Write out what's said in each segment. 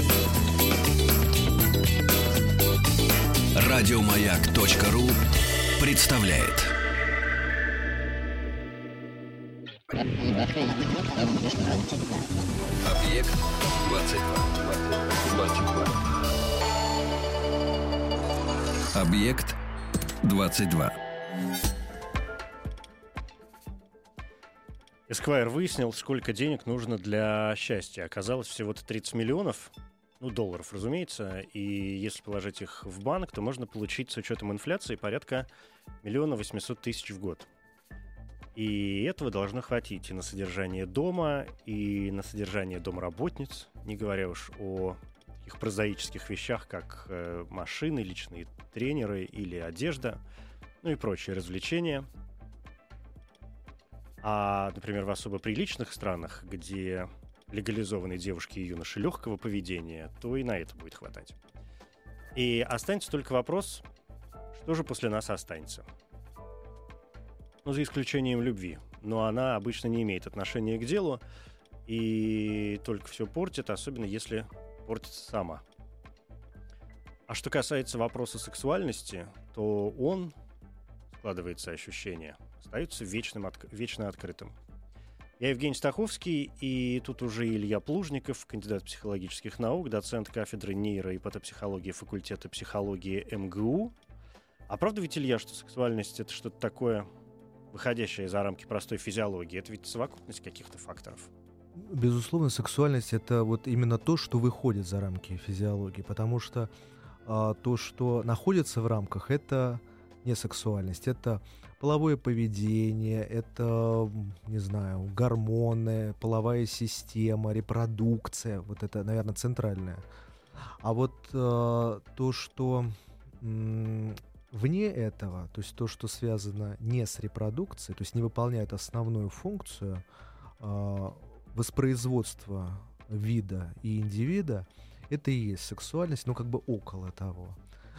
Радиомаяк.ру представляет. Объект 22. Объект 22. Esquire выяснил, сколько денег нужно для счастья. Оказалось, всего-то 30 миллионов. Долларов, разумеется, и если положить их в банк, то можно получить с учетом инфляции порядка 1 800 000 в год. И этого должно хватить и на содержание дома, и на содержание домработниц, не говоря уж о таких прозаических вещах, как машины, личные тренеры или одежда, и прочие развлечения. А, например, в особо приличных странах, где легализованные девушки и юноши легкого поведения, то и на это будет хватать. И останется только вопрос, что же после нас останется. За исключением любви. Но она обычно не имеет отношения к делу и только все портит, особенно если портится сама. А что касается вопроса сексуальности, то он, складывается ощущение, остается вечно открытым. Я Евгений Стаховский, и тут уже Илья Плужников, кандидат психологических наук, доцент кафедры нейро- и патопсихологии факультета психологии МГУ. А правда ведь, Илья, что сексуальность — это что-то такое, выходящее за рамки простой физиологии? Это ведь совокупность каких-то факторов. Безусловно, сексуальность — это вот именно то, что выходит за рамки физиологии, потому что то, что находится в рамках, это не сексуальность, это половое поведение, это, не знаю, гормоны, половая система, репродукция. Вот это, наверное, центральное. А вот то, что вне этого, то есть то, что связано не с репродукцией, то есть не выполняет основную функцию воспроизводства вида и индивида, это и есть сексуальность, но как бы около того.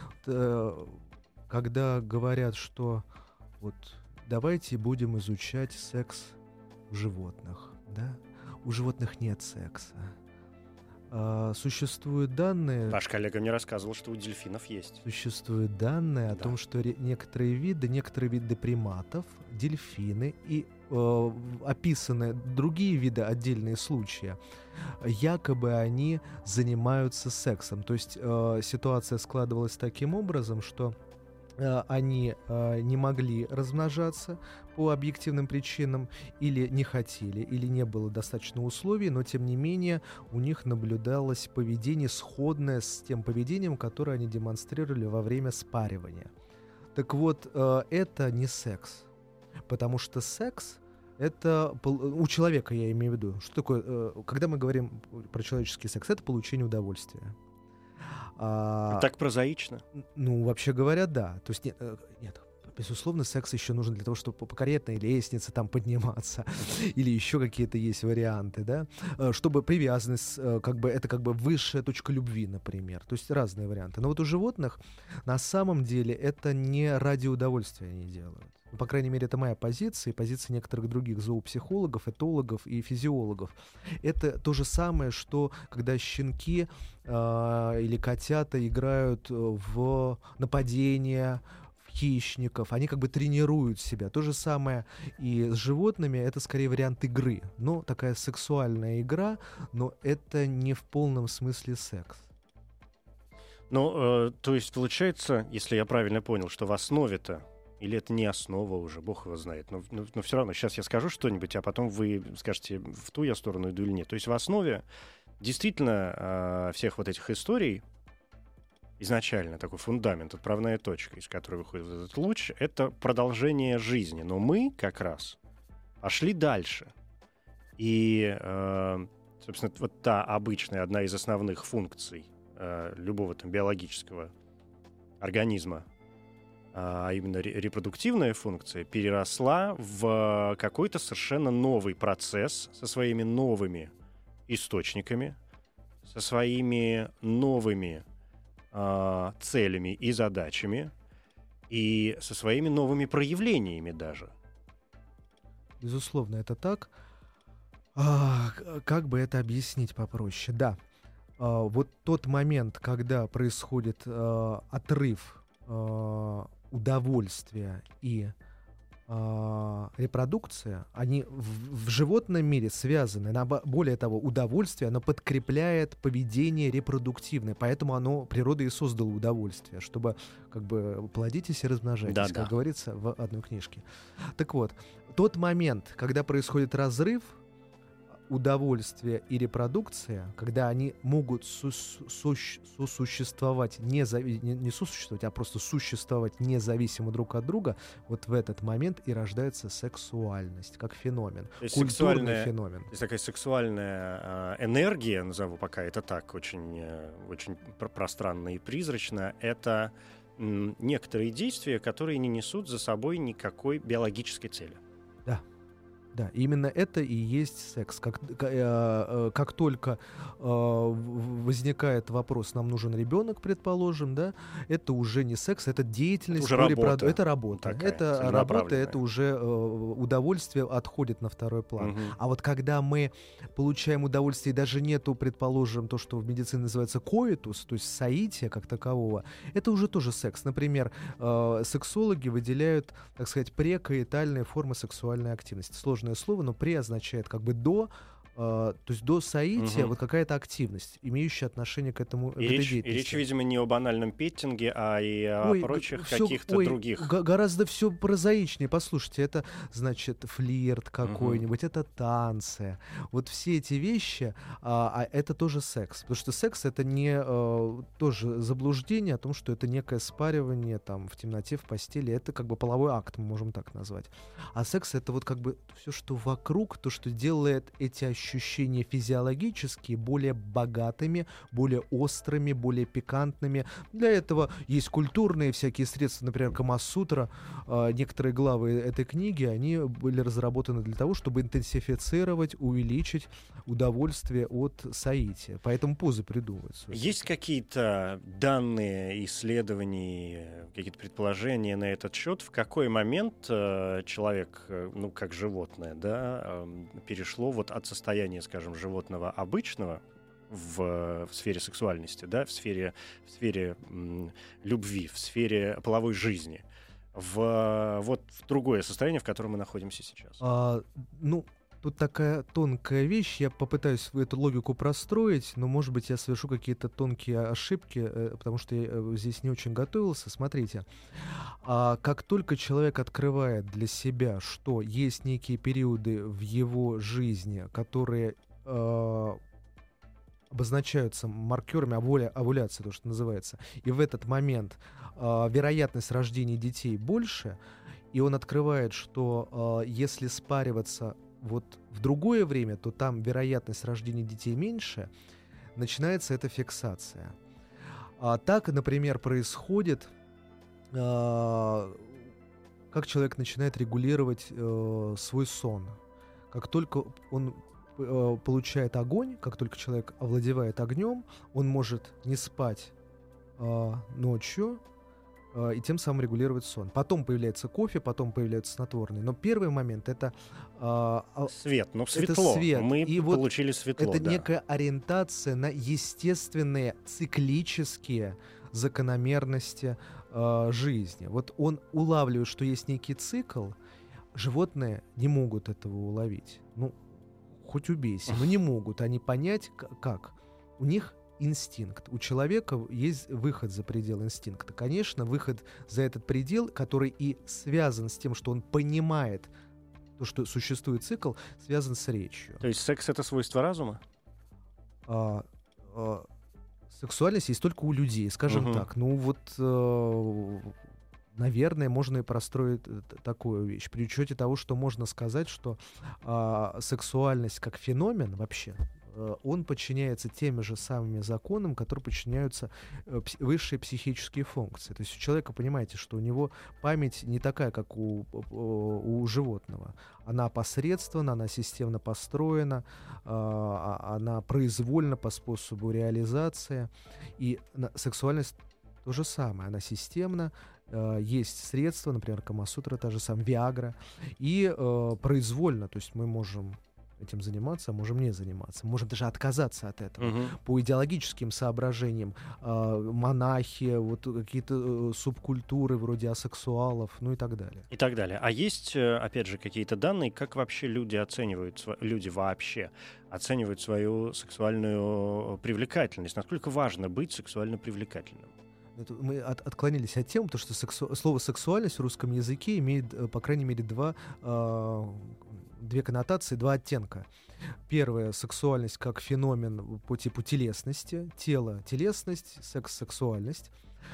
Когда говорят, что вот давайте будем изучать секс у животных, да? У животных нет секса. Существуют данные... Ваш коллега мне рассказывал, что у дельфинов есть. Существуют данные о том, что некоторые виды приматов, дельфины и описаны другие виды, отдельные случаи, якобы они занимаются сексом. То есть ситуация складывалась таким образом, что они не могли размножаться по объективным причинам, или не хотели, или не было достаточно условий, но тем не менее у них наблюдалось поведение, сходное с тем поведением, которое они демонстрировали во время спаривания. Так вот, это не секс, потому что секс — это у человека, я имею в виду, что такое, когда мы говорим про человеческий секс, это получение удовольствия. Так прозаично? Вообще говоря, да. То есть нет, безусловно, секс еще нужен для того, чтобы по карьерной лестнице там подниматься, или еще какие-то есть варианты, да, чтобы привязанность, это высшая точка любви, например. То есть разные варианты. Но вот у животных на самом деле это не ради удовольствия они делают. По крайней мере, это моя позиция и позиция некоторых других зоопсихологов, этологов и физиологов. Это то же самое, что когда щенки или котята играют в нападение, в хищников, они тренируют себя. То же самое и с животными, это скорее вариант игры. Но такая сексуальная игра, но это не в полном смысле секс. То есть получается, если я правильно понял, что в основе-то, или это не основа уже, бог его знает, но все равно, сейчас я скажу что-нибудь, а потом вы скажете, в ту я сторону иду или нет. То есть в основе действительно всех вот этих историй изначально такой фундамент, отправная точка, из которой выходит этот луч, это продолжение жизни. Но мы как раз пошли дальше. И, собственно, вот та обычная, одна из основных функций любого биологического организма, а именно репродуктивная функция, переросла в какой-то совершенно новый процесс со своими новыми источниками, со своими новыми целями и задачами, и со своими новыми проявлениями даже. Безусловно, это так. Как бы это объяснить попроще? Да. вот тот момент, когда происходит отрыв удовольствия и репродукция, они в животном мире связаны. Более того, удовольствие, оно подкрепляет поведение репродуктивное, поэтому природа и создала удовольствие, чтобы как бы плодитесь и размножайтесь, как говорится в одной книжке. Так вот, тот момент, когда происходит разрыв удовольствие и репродукция, когда они могут сосуществовать, не сосуществовать, а просто существовать независимо друг от друга, вот в этот момент и рождается сексуальность, как феномен, культурный феномен. То есть такая сексуальная энергия, назову пока это так, очень, очень пространно и призрачно, это некоторые действия, которые не несут за собой никакой биологической цели. Да. Да, именно это и есть секс. Как только возникает вопрос, нам нужен ребенок, предположим, да, это уже не секс, это деятельность, это работа. Это работа. Это работа, это уже удовольствие отходит на второй план. Угу. А вот когда мы получаем удовольствие, и даже нету, предположим, то, что в медицине называется коитус, то есть соитие как такового, это уже тоже секс. Например, сексологи выделяют, так сказать, прекоитальные формы сексуальной активности. Сложное слово, но «пре» означает как бы до, то есть до соития вот какая-то активность, имеющая отношение к этому, к этой деятельности. И речь, видимо, не об анальном петтинге, а и о прочих каких-то других. Гораздо все прозаичнее. Послушайте, это, значит, флирт какой-нибудь, это танцы. Вот все эти вещи, это тоже секс. Потому что секс — это не тоже заблуждение о том, что это некое спаривание там в темноте, в постели. Это как бы половой акт, мы можем так назвать. А секс — это вот как бы все, что вокруг, то, что делает эти ощущения физиологические более богатыми, более острыми, более пикантными. Для этого есть культурные всякие средства, например, Камасутра. Некоторые главы этой книги, они были разработаны для того, чтобы интенсифицировать, увеличить удовольствие от соития. Поэтому позы придумываются. Есть какие-то данные, исследования, какие-то предположения на этот счет? В какой момент человек, ну, как животное, да, перешло вот от состояния, скажем, животного обычного в сфере сексуальности, да, в сфере любви, в сфере половой жизни, в другое состояние, в котором мы находимся сейчас? Тут такая тонкая вещь, я попытаюсь эту логику простроить, но, может быть, я совершу какие-то тонкие ошибки, потому что я здесь не очень готовился. Смотрите, как только человек открывает для себя, что есть некие периоды в его жизни, которые обозначаются маркерами овуляции, то, что называется, и в этот момент вероятность рождения детей больше, и он открывает, что если спариваться вот в другое время, то там вероятность рождения детей меньше, начинается эта фиксация. Так, например, происходит, как человек начинает регулировать свой сон. Как только он получает огонь, как только человек овладевает огнем, он может не спать ночью, и тем самым регулировать сон. Потом появляется кофе, потом появляются снотворные. Но первый момент — это свет, светло. Это свет. Мы и получили светло. Это некая ориентация на естественные циклические закономерности жизни. Вот он улавливает, что есть некий цикл. Животные не могут этого уловить. Хоть убейся, но не могут они понять, как. У них инстинкт. У человека есть выход за предел инстинкта. Конечно, выход за этот предел, который и связан с тем, что он понимает то, что существует цикл, связан с речью. То есть секс — это свойство разума? Сексуальность есть только у людей, скажем так. Наверное, можно и простроить такую вещь. При учете того, что можно сказать, что сексуальность как феномен вообще, он подчиняется теми же самыми законам, которые подчиняются высшие психические функции. То есть у человека, понимаете, что у него память не такая, как у животного. Она посредственна, она системно построена, она произвольна по способу реализации. И сексуальность то же самое. Она системна, есть средства, например, Камасутра, та же самая Виагра, и произвольно, то есть мы можем этим заниматься, а можем не заниматься. Можем даже отказаться от этого. Мгм. По идеологическим соображениям монахи, вот какие-то субкультуры вроде асексуалов, ну и так далее. И так далее. А есть, опять же, какие-то данные, как вообще люди вообще оценивают свою сексуальную привлекательность? Насколько важно быть сексуально привлекательным? Мы отклонились от темы, потому что слово «сексуальность» в русском языке имеет, по крайней мере, две коннотации, два оттенка. Первое — сексуальность как феномен по типу телесности, тело — телесность, секс — сексуальность.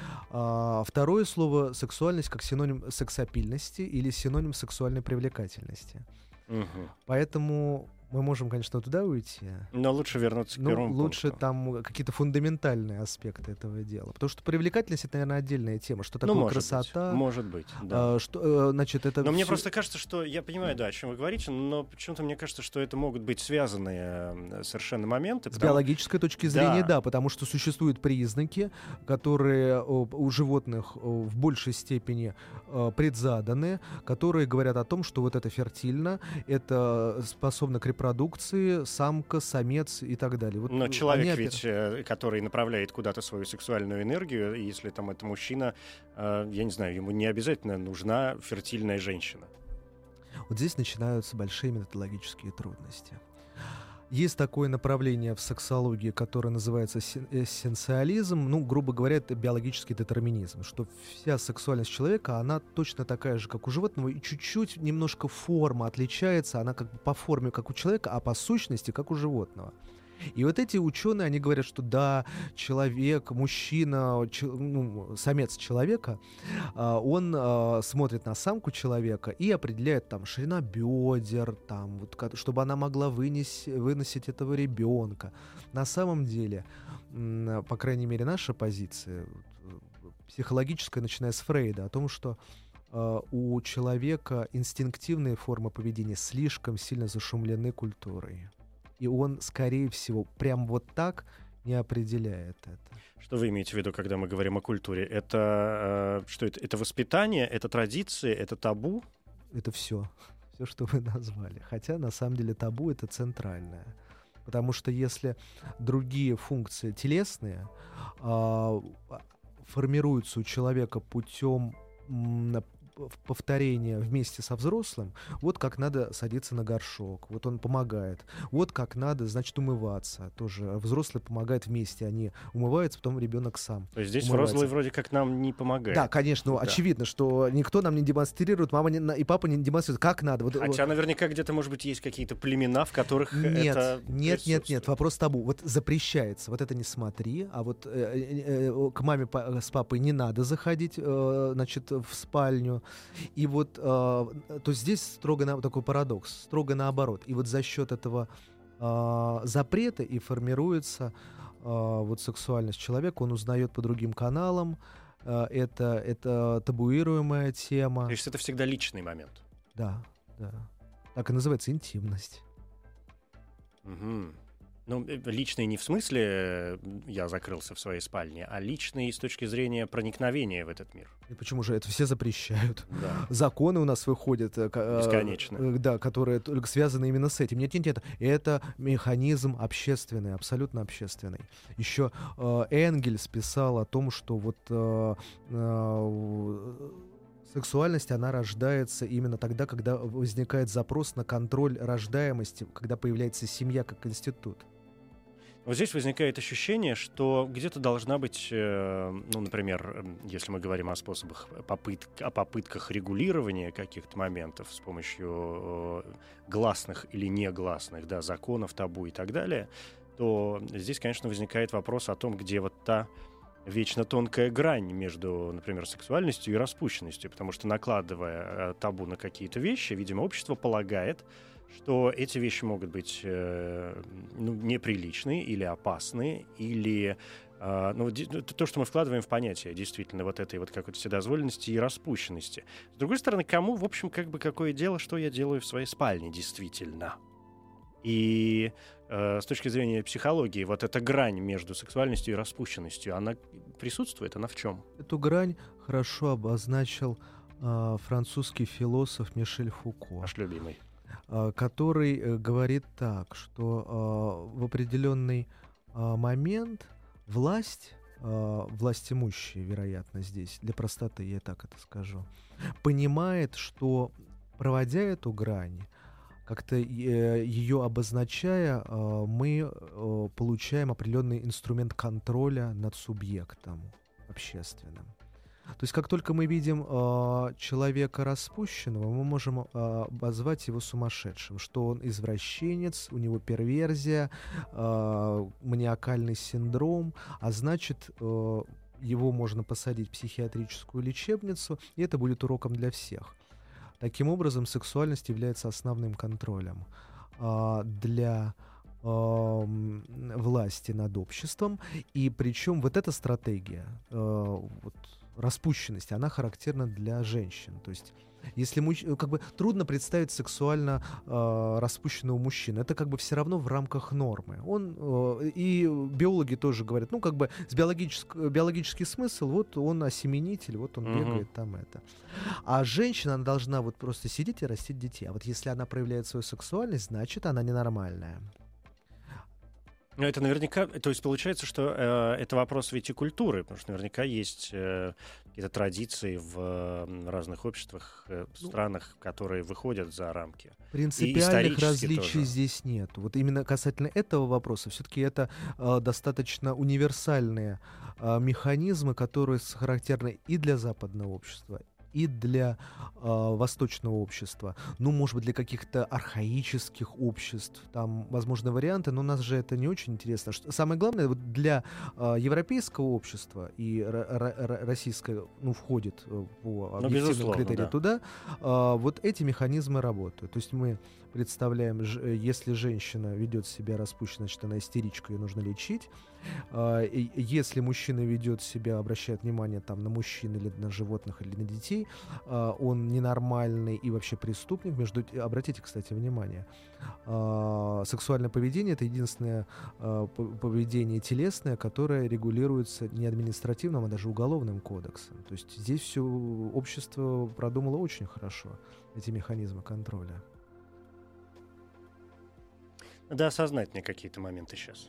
Второе слово — сексуальность как синоним сексапильности или синоним сексуальной привлекательности. Мгм. Поэтому мы можем, конечно, туда уйти. Но лучше вернуться к первому Лучше пункту. там какие-то фундаментальные аспекты этого дела. Потому что привлекательность — это, наверное, отдельная тема. Что такое красота? Может быть, да. Значит, это Но мне всё- просто кажется, что я понимаю, да, о чем вы говорите, но почему-то мне кажется, что это могут быть связанные совершенно моменты. С биологической точки зрения, Да. да, потому что существуют признаки, которые у животных в большей степени предзаданы, которые говорят о том, что вот это фертильно, это способно к репродукции, самка, самец и так далее. Вот Но они человек ведь, который направляет куда-то свою сексуальную энергию, и если там это мужчина, я не знаю, ему не обязательно нужна фертильная женщина. Вот здесь начинаются большие методологические трудности. Есть такое направление в сексологии, которое называется эссенциализм. Ну, грубо говоря, это биологический детерминизм, что вся сексуальность человека, она точно такая же, как у животного, и чуть-чуть немножко форма отличается, она как бы по форме, как у человека, а по сущности, как у животного. И вот эти ученые, они говорят, что да, человек, мужчина, самец человека, он смотрит на самку человека и определяет там ширина бедер, там, вот, чтобы она могла выносить этого ребенка. На самом деле, по крайней мере, наша позиция психологическая, начиная с Фрейда, о том, что у человека инстинктивные формы поведения слишком сильно зашумлены культурой. И он, скорее всего, прям вот так не определяет это. Что вы имеете в виду, когда мы говорим о культуре? Это что это? Это воспитание, это традиции, это табу? Это все, что вы назвали. Хотя, на самом деле, табу — это центральное. Потому что если другие функции телесные формируются у человека путем повторение вместе со взрослым, вот как надо садиться на горшок, вот он помогает, вот как надо, значит, умываться, тоже взрослый помогает вместе, они умываются, потом ребенок сам То есть здесь умывается. взрослый вроде как нам не помогает. Да, конечно, Да. очевидно, что никто нам не демонстрирует, мама и папа не демонстрируют, как надо. Вот, Хотя наверняка где-то, может быть, есть какие-то племена, в которых это нет, присутствует. вопрос табу. Вот запрещается, вот это не смотри, а вот к маме с папой не надо заходить, значит, в спальню. И вот, то здесь такой парадокс, строго наоборот. И вот за счет этого запрета и формируется вот сексуальность человека, он узнает по другим каналам, это табуируемая тема. То есть это всегда личный момент. Да. Так и называется интимность. Угу. Ну, личный не в смысле я закрылся в своей спальне, а личный с точки зрения проникновения в этот мир. И почему же это все запрещают? Да. Законы у нас выходят, Бесконечно. да, которые только связаны именно с этим. Нет. Это механизм общественный, абсолютно общественный. Еще Энгельс писал о том, что вот сексуальность, она рождается именно тогда, когда возникает запрос на контроль рождаемости, когда появляется семья как институт. Вот здесь возникает ощущение, что где-то должна быть, например, если мы говорим о способах, о попытках регулирования каких-то моментов с помощью гласных или негласных, да, законов, табу и так далее, то здесь, конечно, возникает вопрос о том, где вот та вечно тонкая грань между, например, сексуальностью и распущенностью, потому что, накладывая табу на какие-то вещи, видимо, общество полагает, что эти вещи могут быть неприличные или опасные, или то, что мы вкладываем в понятие действительно вот этой вот какой-то вседозволенности и распущенности. С другой стороны, кому, в общем, как бы какое дело, что я делаю в своей спальне действительно? И с точки зрения психологии, вот эта грань между сексуальностью и распущенностью, она присутствует? Она в чем? Эту грань хорошо обозначил французский философ Мишель Фуко. Ваш любимый. который говорит так, что в определенный момент власть имущие, вероятно, здесь, для простоты я так это скажу, понимает, что, проводя эту грань, как-то ее обозначая, мы получаем определенный инструмент контроля над субъектом общественным. То есть как только мы видим человека распущенного, мы можем обозвать его сумасшедшим, что он извращенец, у него перверзия, маниакальный синдром, а значит, его можно посадить в психиатрическую лечебницу, и это будет уроком для всех. Таким образом, сексуальность является основным контролем для власти над обществом, и причем вот эта стратегия, распущенности, она характерна для женщин. То есть, если как бы трудно представить сексуально распущенного мужчину, это как бы все равно в рамках нормы. И биологи тоже говорят, как бы биологический смысл, вот он осеменитель, вот он бегает там это. А женщина, она должна вот просто сидеть и растить детей. А вот если она проявляет свою сексуальность, значит, она ненормальная. Но это наверняка, то есть получается, что это вопрос ведь и культуры, потому что наверняка есть какие-то традиции в разных обществах, странах, которые выходят за рамки. Принципиальных различий тоже здесь нет. Вот именно касательно этого вопроса, все-таки это достаточно универсальные механизмы, которые характерны и для западного общества, и для восточного общества. Может быть, для каких-то архаических обществ. Там, возможно, варианты, но у нас же это не очень интересно. Самое главное, вот для европейского общества и российское, входит по объективным критериям туда, вот эти механизмы работают. То есть мы представляем, если женщина ведет себя распущенно, значит, она истеричка, ее нужно лечить. Если мужчина ведет себя, обращает внимание там на мужчин или на животных или на детей, он ненормальный и вообще преступник. Обратите, кстати, внимание, сексуальное поведение — это единственное поведение телесное, которое регулируется не административным, а даже уголовным кодексом. То есть здесь все общество продумало очень хорошо эти механизмы контроля. Да, осознать мне какие-то моменты сейчас.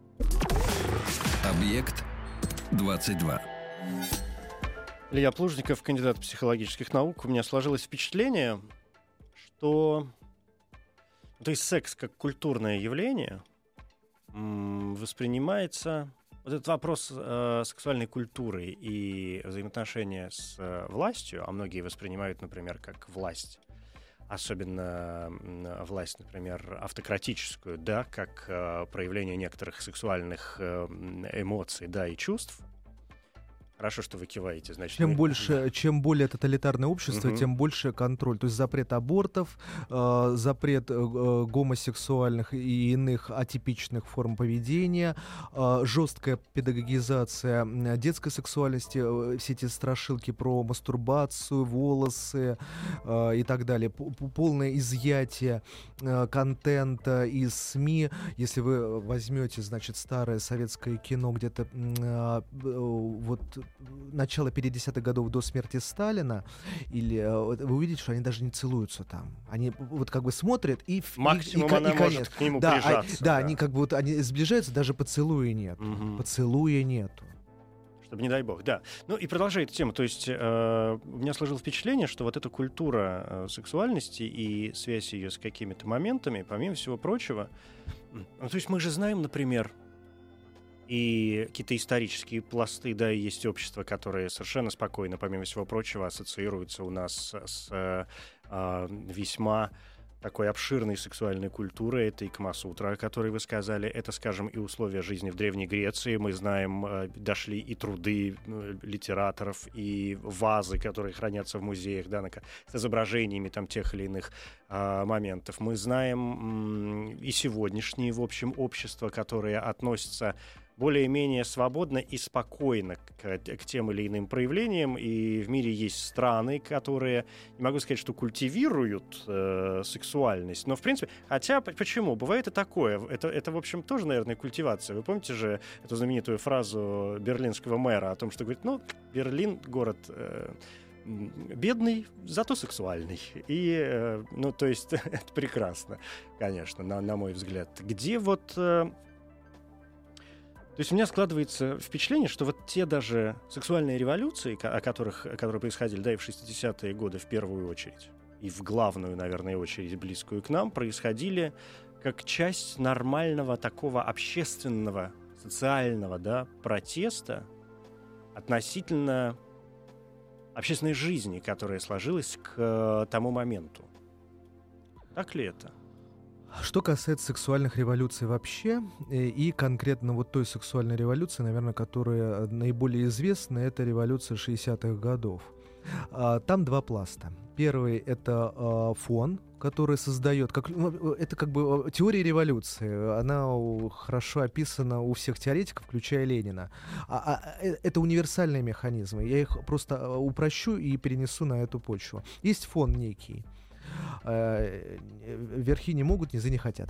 Объект 22. Илья Плужников, кандидат психологических наук. У меня сложилось впечатление, что то есть секс как культурное явление воспринимается... Вот этот вопрос сексуальной культуры и взаимоотношения с властью, а многие воспринимают, например, как власть, особенно власть, например, автократическую, да, как проявление некоторых сексуальных эмоций, да, и чувств. Хорошо, что вы киваете, значит. Чем более тоталитарное общество, тем больше контроль. То есть запрет абортов, запрет гомосексуальных и иных атипичных форм поведения, жесткая педагогизация детской сексуальности, все эти страшилки про мастурбацию, волосы и так далее, полное изъятие контента из СМИ. Если вы возьмете, значит, старое советское кино, где-то начало 50-х годов до смерти Сталина, или вы увидите, что они даже не целуются там. Они вот как бы смотрят и... Максимум она может к нему прижаться. Да, они как бы вот они сближаются, даже поцелуя нет. Поцелуя нету. Чтобы не дай бог, да. И продолжая эту тему, то есть у меня сложилось впечатление, что вот эта культура сексуальности и связь ее с какими-то моментами, помимо всего прочего, то есть мы же знаем, например, и какие-то исторические пласты, да, и есть общества, которые совершенно спокойно, помимо всего прочего, ассоциируются у нас с весьма такой обширной сексуальной культурой. Это и Камасутра, о которой вы сказали, это, скажем, и условия жизни в Древней Греции. Мы знаем, дошли и труды литераторов, и вазы, которые хранятся в музеях, да, с изображениями там тех или иных моментов. Мы знаем и сегодняшние, в общем, общества, которые относятся более-менее свободно и спокойно к тем или иным проявлениям. И в мире есть страны, которые, не могу сказать, что культивируют сексуальность, но, в принципе, хотя, почему? Бывает и такое. Это, в общем, тоже, наверное, культивация. Вы помните же эту знаменитую фразу берлинского мэра о том, что говорит, Берлин — город бедный, зато сексуальный. И, ну, то есть, это прекрасно, конечно, на мой взгляд. Где вот... То есть у меня складывается впечатление, что вот те даже сексуальные революции, которые происходили, да, и в 60-е годы в первую очередь, и в главную, наверное, очередь, близкую к нам, происходили как часть нормального такого общественного, социального, да, протеста относительно общественной жизни, которая сложилась к тому моменту. Так ли это? Что касается сексуальных революций вообще, и конкретно вот той сексуальной революции, наверное, которая наиболее известна, это революция 60-х годов. Там два пласта. Первый — это фон, который создает... это как бы теория революции. Она хорошо описана у всех теоретиков, включая Ленина. Это универсальные механизмы. Я их просто упрощу и перенесу на эту почву. Есть фон некий. Верхи не могут, низы не хотят.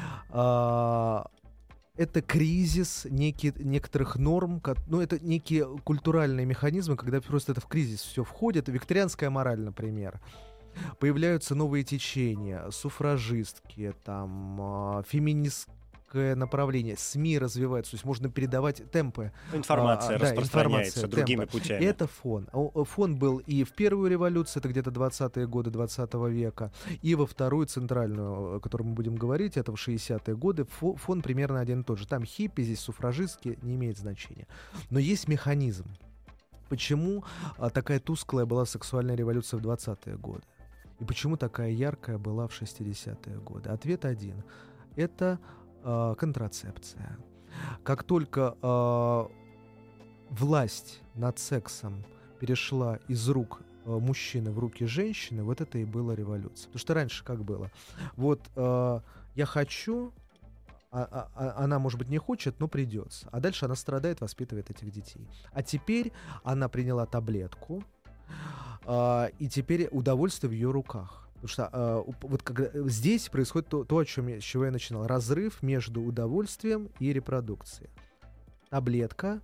Это кризис некоторых норм, это некие культуральные механизмы, когда просто это в кризис все входит. Викторианская мораль, например. Появляются новые течения, суфражистки, там, феминистское направление, СМИ развиваются, то есть можно передавать темпы. Информация распространяется другими путями. Это фон. Фон был и в первую революцию, это где-то 20-е годы 20 века, и во вторую, центральную, о которой мы будем говорить, это в 60-е годы. Фон примерно один и тот же. Там хиппи, здесь суфражистки, не имеет значения. Но есть механизм. Почему такая тусклая была сексуальная революция в 20-е годы? И почему такая яркая была в 60-е годы? Ответ один. Это контрацепция. Как только власть над сексом перешла из рук мужчины в руки женщины, вот это и была революция. Потому что раньше как было? Вот я хочу, она, может быть, не хочет, но придется. А дальше она страдает, воспитывает этих детей. А теперь она приняла таблетку, и теперь удовольствие в ее руках. Потому что вот здесь происходит с чего я начинал. Разрыв между удовольствием и репродукцией. Таблетка,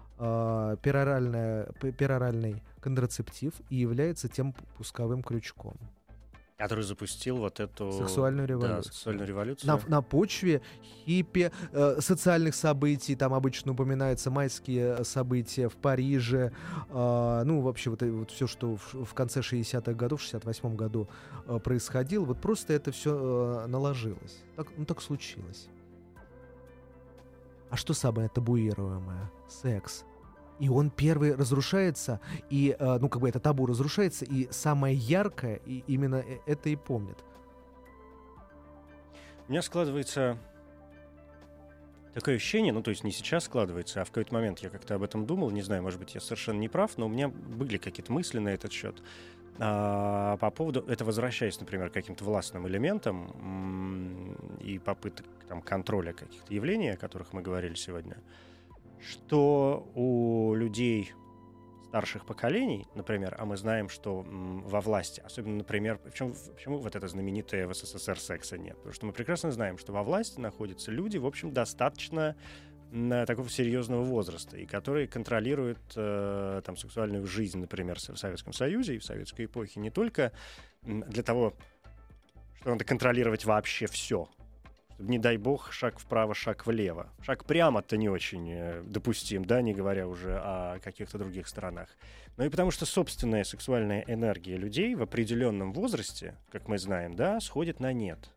пероральный контрацептив и является тем пусковым крючком. Который запустил вот эту сексуальную революцию. Да, сексуальную революцию. На почве хиппи, социальных событий, там обычно упоминаются майские события в Париже, вообще вот все, что в конце 60-х годов, в 68-м году происходило, вот просто это все наложилось. Так случилось. А что самое табуируемое? Секс. И он первый разрушается, и, это табу разрушается, и самое яркое, и именно это и помнит. У меня складывается такое ощущение, то есть не сейчас складывается, а в какой-то момент я как-то об этом думал, не знаю, может быть, я совершенно не прав, но у меня были какие-то мысли на этот счет. По поводу, это возвращаясь, например, к каким-то властным элементам и попыток там, контроля каких-то явлений, о которых мы говорили сегодня, что у людей старших поколений, например, а мы знаем, что во власти, особенно, например, почему вот это знаменитое в СССР секса нет? Потому что мы прекрасно знаем, что во власти находятся люди, в общем, достаточно такого серьезного возраста, и которые контролируют там, сексуальную жизнь, например, в Советском Союзе и в советской эпохе не только для того, что надо контролировать вообще все, чтобы, не дай бог, шаг вправо, шаг влево. Шаг прямо-то не очень допустим, да, не говоря уже о каких-то других сторонах. Но и потому что собственная сексуальная энергия людей в определенном возрасте, как мы знаем, да, сходит на нет.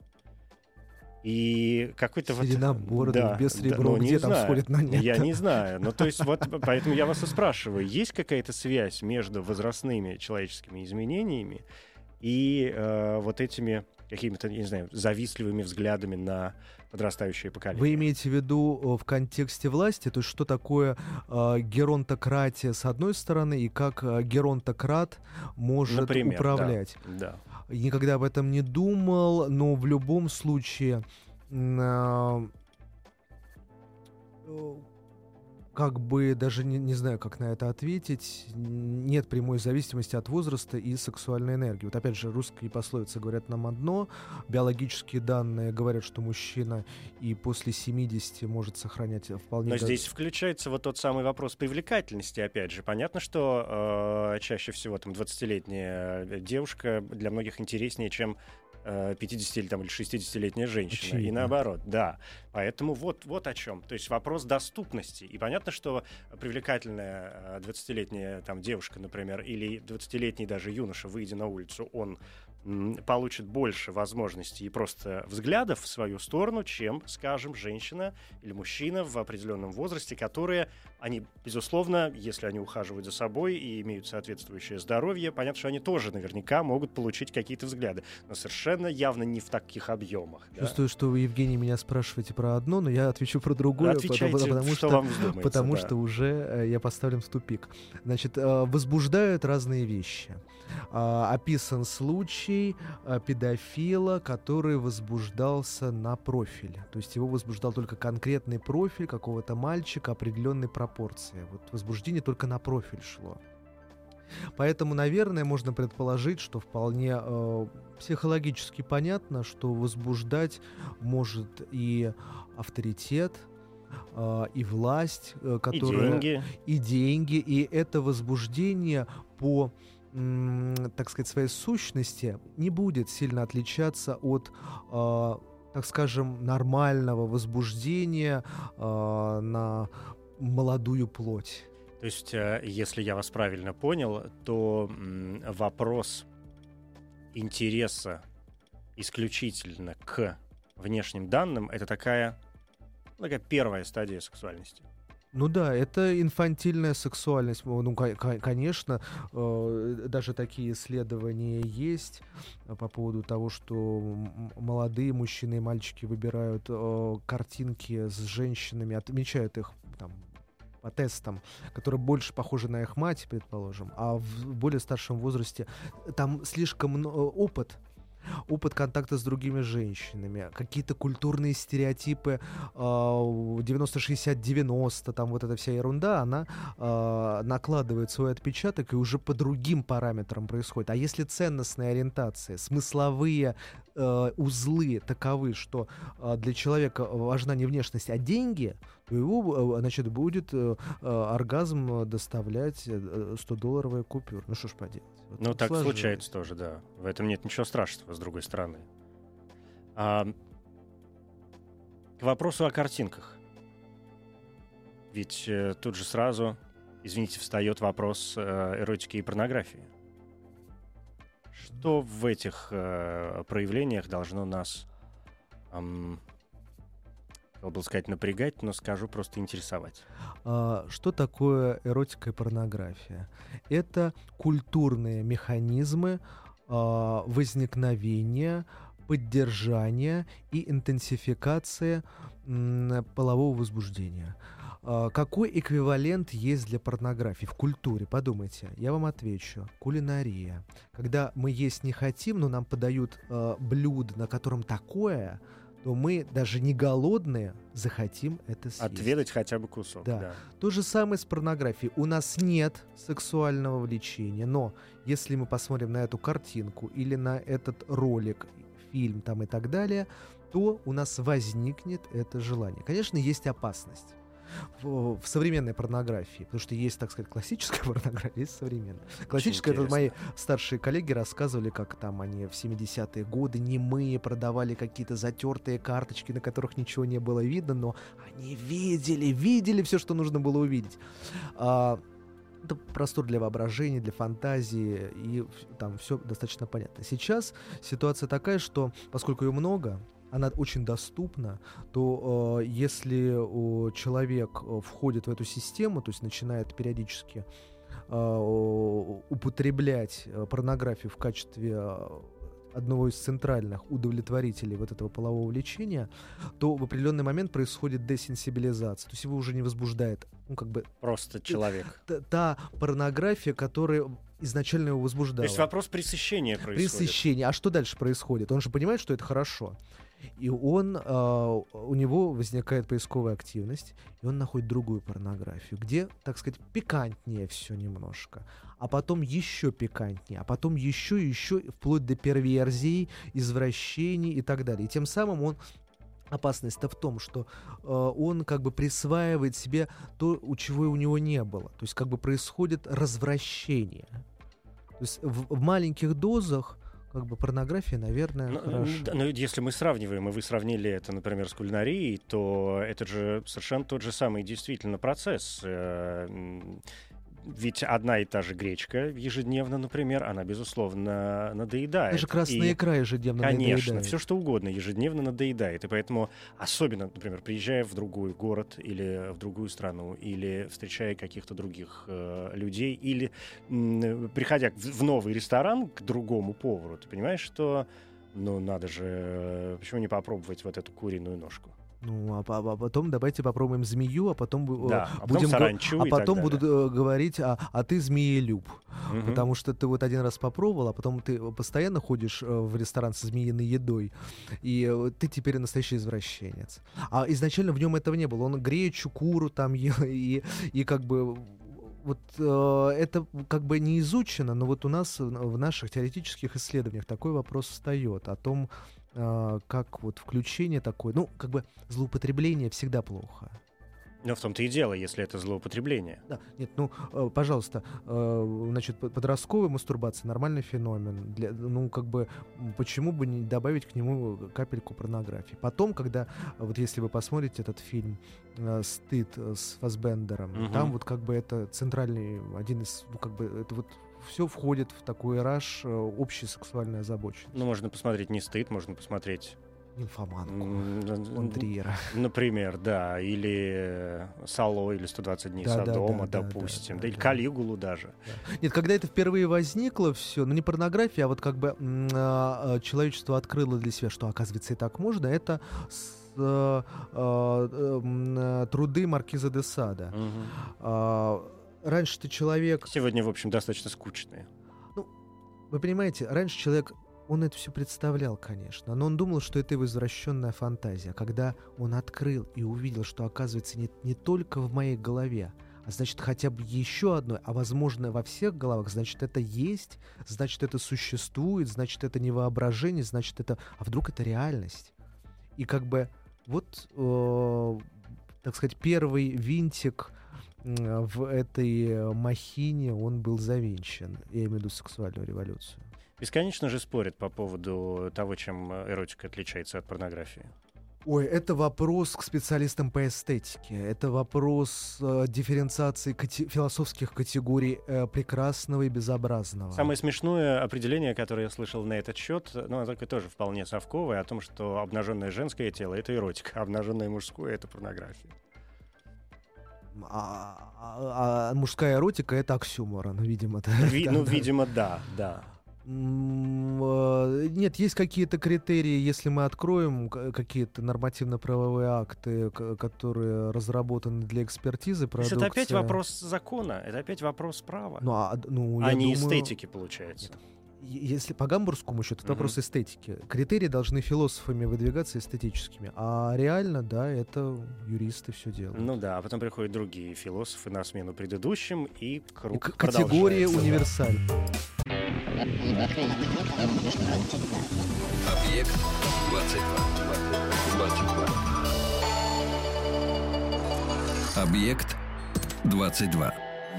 И какой-то седина, борода, без ребро, где там сходит на нет? Я не знаю. То есть поэтому я вас и спрашиваю, есть какая-то связь между возрастными человеческими изменениями и вот этими какими-то, не знаю, завистливыми взглядами на подрастающее поколение? Вы имеете в виду в контексте власти, то есть что такое геронтократия с одной стороны и как геронтократ может, например, управлять? Да. Никогда об этом не думал, но в любом случае как бы даже не знаю, как на это ответить. Нет прямой зависимости от возраста и сексуальной энергии. Вот опять же, русские пословицы говорят нам одно, биологические данные говорят, что мужчина и после 70 может сохранять вполне... Но здесь включается вот тот самый вопрос привлекательности, опять же. Понятно, что чаще всего там 20-летняя девушка для многих интереснее, чем 50 или 60-летняя женщина. Очевидно. И наоборот, да. Поэтому вот о чем. То есть вопрос доступности. И понятно, что привлекательная 20-летняя там девушка, например, или 20-летний даже юноша, выйдя на улицу, он получит больше возможностей и просто взглядов в свою сторону, чем, скажем, женщина или мужчина в определенном возрасте, которые, они, безусловно, если они ухаживают за собой и имеют соответствующее здоровье, понятно, что они тоже наверняка могут получить какие-то взгляды, но совершенно явно не в таких объемах. Чувствую, что вы, Евгений, меня спрашиваете про одно, но я отвечу про другое, потому что уже я поставлен в тупик. Значит, возбуждают разные вещи. Описан случай педофила, который возбуждался на профиль. То есть его возбуждал только конкретный профиль какого-то мальчика определенной пропорции. Вот возбуждение только на профиль шло. Поэтому, наверное, можно предположить, что вполне психологически понятно, что возбуждать может и авторитет, и власть, которая... И деньги. И это возбуждение по... так сказать, своей сущности не будет сильно отличаться от, так скажем, нормального возбуждения на молодую плоть. То есть, если я вас правильно понял, то вопрос интереса исключительно к внешним данным — это такая первая стадия сексуальности. Ну да, это инфантильная сексуальность. Ну, конечно, даже такие исследования есть по поводу того, что молодые мужчины и мальчики выбирают картинки с женщинами, отмечают их там по тестам, которые больше похожи на их мать, предположим, а в более старшем возрасте там слишком опыт контакта с другими женщинами, какие-то культурные стереотипы 90-60-90, там вот эта вся ерунда, она накладывает свой отпечаток и уже по другим параметрам происходит. А если ценностные ориентации, смысловые узлы таковы, что для человека важна не внешность, а деньги, то его, значит, будет оргазм доставлять $100 купюр. Ну что ж поделать. Вот ну, так случается тоже, да. В этом нет ничего страшного, с другой стороны. К вопросу о картинках. Ведь тут же сразу, извините, встает вопрос эротики и порнографии. Что в этих проявлениях должно нас, хотел бы сказать, напрягать, но скажу просто интересовать? Что такое эротика и порнография? Это культурные механизмы возникновения, поддержания и интенсификации полового возбуждения. Какой эквивалент есть для порнографии в культуре? Подумайте, я вам отвечу. Кулинария. Когда мы есть не хотим, но нам подают блюдо, на котором такое, то мы, даже не голодные, захотим это съесть. Отведать хотя бы кусок. Да. То же самое с порнографией. У нас нет сексуального влечения, но если мы посмотрим на эту картинку или на этот ролик, фильм там и так далее, то у нас возникнет это желание. Конечно, есть опасность в современной порнографии, потому что есть, так сказать, классическая порнография, есть современная. Классическая, это мои старшие коллеги рассказывали, как там они в 70-е годы немые продавали какие-то затертые карточки, на которых ничего не было видно, но они видели все, что нужно было увидеть. Это простор для воображения, для фантазии, и там все достаточно понятно. Сейчас ситуация такая, что поскольку ее много, она очень доступна, то если человек входит в эту систему, то есть начинает периодически употреблять порнографию в качестве одного из центральных удовлетворителей вот этого полового влечения, то в определенный момент происходит десенсибилизация. То есть его уже не возбуждает, просто человек. Та порнография, которая изначально его возбуждала. То есть вопрос пресыщения происходит. Пресыщение. А что дальше происходит? Он же понимает, что это хорошо. И у него возникает поисковая активность, и он находит другую порнографию, где, так сказать, пикантнее все немножко, а потом еще пикантнее, а потом еще и еще, вплоть до перверзий, извращений и так далее. И тем самым опасность-то в том, что он как бы присваивает себе то, у чего у него не было. То есть как бы происходит развращение. То есть в маленьких дозах как бы порнография, наверное, хорошо. Но если мы сравниваем, и вы сравнили это, например, с кулинарией, то это же совершенно тот же самый действительно процесс. Ведь одна и та же гречка ежедневно, например, она, безусловно, надоедает. Даже красная икра ежедневно надоедает. Конечно, все что угодно ежедневно надоедает. И поэтому, особенно, например, приезжая в другой город или в другую страну, или встречая каких-то других людей, или приходя в новый ресторан к другому повару, ты понимаешь, что, ну, надо же, почему не попробовать вот эту куриную ножку? Ну, а потом давайте попробуем змею, а потом будем саранчу, а и потом так будут говорить, а ты змеелюб. Потому что ты вот один раз попробовал, а потом ты постоянно ходишь в ресторан со змеиной едой, и ты теперь настоящий извращенец. А изначально в нем этого не было. Он гречу, куру там ел, и как бы вот это как бы не изучено, но вот у нас в наших теоретических исследованиях такой вопрос встает о том, как вот включение такое, ну, как бы злоупотребление всегда плохо. Но в том-то и дело, если это злоупотребление. Да, нет, ну, пожалуйста, значит, подростковая мастурбация — нормальный феномен. Ну, как бы, почему бы не добавить к нему капельку порнографии? Потом, когда, вот если вы посмотрите этот фильм «Стыд» с Фассбендером, там вот как бы это центральный, один из, ну, как бы, это вот все входит в такой раж общей сексуальной озабоченности. Ну, можно посмотреть не «Стыд», можно посмотреть «Нимфоманку» фон Триера. Например, да. Или «Сало», или «120 дней Содома», допустим. Да, или «Калигулу» даже. Да. Нет, когда это впервые возникло все, ну не порнография, а вот как бы человечество открыло для себя, что, оказывается, и так можно, это труды Маркиза де Сада. Раньше-то человек... Сегодня, в общем, достаточно скучные. Ну, вы понимаете, раньше человек, он это все представлял, конечно, но он думал, что это его извращенная фантазия. Когда он открыл и увидел, что, оказывается, не только в моей голове, а значит, хотя бы еще одной, а, возможно, во всех головах, значит, это есть, значит, это существует, значит, это не воображение, значит, это... А вдруг это реальность? И как бы вот, так сказать, первый винтик в этой махине, он был завинчен. Я имею в виду сексуальную революцию. Бесконечно же спорят по поводу того, чем эротика отличается от порнографии. Ой, это вопрос к специалистам по эстетике. Это вопрос дифференциации философских категорий прекрасного и безобразного. Самое смешное определение, которое я слышал на этот счет, ну, только тоже вполне совковое, о том, что обнаженное женское тело — это эротика, а обнаженное мужское — это порнография. А мужская эротика — это оксюморон, видимо. Видимо, да. Нет, есть какие-то критерии, если мы откроем какие-то нормативно-правовые акты, которые разработаны для экспертизы продукции. То есть это опять вопрос закона, это опять вопрос права, я не думаю, эстетики, получается. Нет. Если по гамбургскому счету, это вопрос эстетики. Критерии должны философами выдвигаться эстетическими. А реально, да, это юристы все делают. Ну да, а потом приходят другие философы на смену предыдущим, и круг категория универсальна. Объект 22. Объект 22.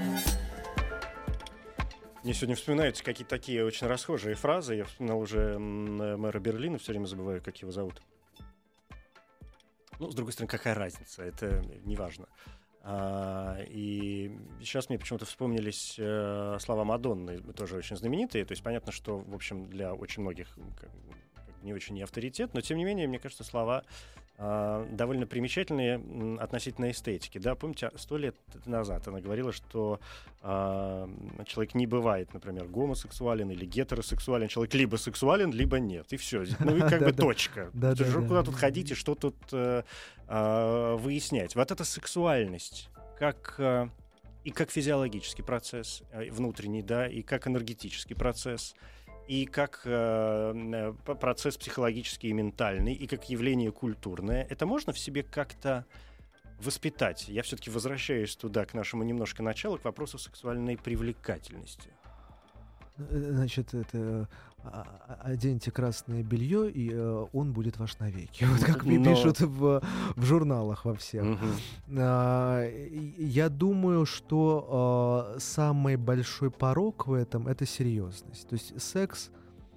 Мне сегодня вспоминаются какие-то такие очень расхожие фразы. Я вспоминал уже мэра Берлина, все время забываю, как его зовут. Ну, с другой стороны, какая разница? Это не важно. И сейчас мне почему-то вспомнились слова Мадонны, тоже очень знаменитые. То есть понятно, что, в общем, для очень многих не очень не авторитет, но, тем не менее, мне кажется, слова довольно примечательные относительно эстетики. Да, помните, 100 лет назад она говорила, что человек не бывает, например, гомосексуален или гетеросексуален. Человек либо сексуален, либо нет. И все. Ну и как бы точка. Куда тут ходить и что тут выяснять? Вот эта сексуальность, как физиологический процесс внутренний, да, и как энергетический процесс, и как процесс психологический и ментальный, и как явление культурное, это можно в себе как-то воспитать? Я все-таки возвращаюсь туда, к нашему немножко началу, к вопросу сексуальной привлекательности. Значит, это оденьте красное белье, и он будет ваш навеки. Вот как пишут в журналах во всех. Я думаю, что самый большой порок в этом — это серьезность. То есть секс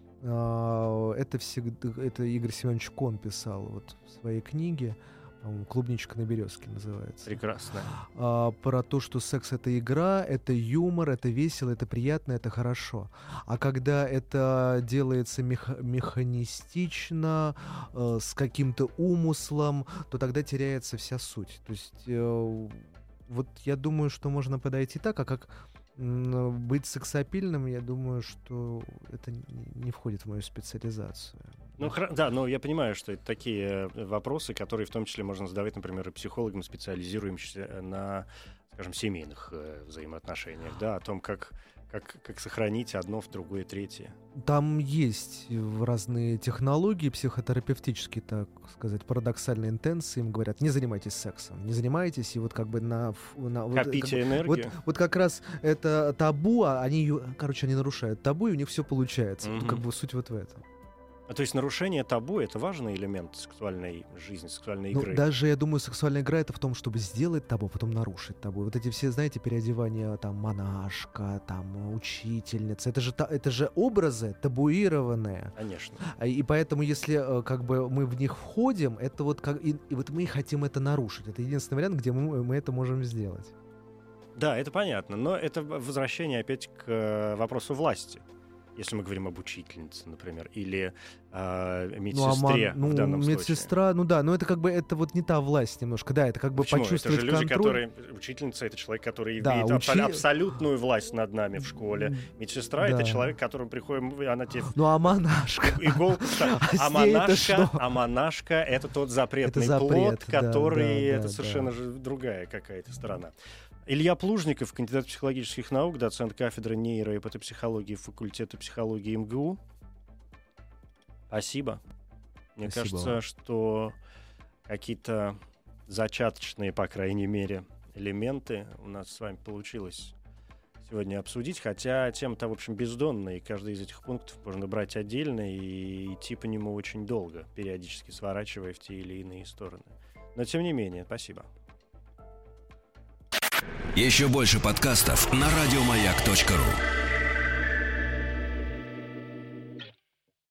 это Игорь Семенович Кон писал вот в своей книге, «Клубничка на березке» называется. Прекрасно. Про то, что секс — это игра, это юмор, это весело, это приятно, это хорошо. А когда это делается механистично, с каким-то умыслом, то тогда теряется вся суть. То есть вот я думаю, что можно подойти так, а как быть сексапильным, я думаю, что это не входит в мою специализацию. Да, но я понимаю, что это такие вопросы, которые в том числе можно задавать, например, и психологам, специализирующимся на, скажем, семейных взаимоотношениях, да, о том, как сохранить одно в другое, третье. Там есть разные технологии психотерапевтические, так сказать, парадоксальные интенции. Им говорят: не занимайтесь сексом, не занимайтесь, и вот как бы копите энергию. Вот как раз это табу, они нарушают табу, и у них все получается. Mm-hmm. Как бы суть вот в этом. То есть нарушение табу — это важный элемент сексуальной жизни, сексуальной игры? Даже, я думаю, сексуальная игра — это в том, чтобы сделать табу, потом нарушить табу. Вот эти все, знаете, переодевания, там, монашка, там, учительница, это же образы табуированные. Конечно. И поэтому, если как бы мы в них входим, это вот как и вот мы хотим это нарушить. Это единственный вариант, где мы это можем сделать. Да, это понятно, но это возвращение опять к вопросу власти. Если мы говорим об учительнице, например, или медсестре в данном медсестра, случае. Но это как бы это вот не та власть немножко, да, это как бы Почему? почувствовать это же люди, контроль. Учительница — это человек, который имеет абсолютную власть над нами в школе. Медсестра — это человек, к которому приходим, она тебе... А монашка? Иголку а монашка — это тот запретный плод, который... Это совершенно же другая какая-то сторона. Илья Плужников, кандидат психологических наук, доцент кафедры нейро- и патопсихологии факультета психологии МГУ. Спасибо. Мне кажется, что какие-то зачаточные, по крайней мере, элементы у нас с вами получилось сегодня обсудить, хотя тема-то, в общем, бездонная, и каждый из этих пунктов можно брать отдельно и идти по нему очень долго, периодически сворачивая в те или иные стороны. Но, тем не менее, спасибо. Еще больше подкастов на радиомаяк.ру.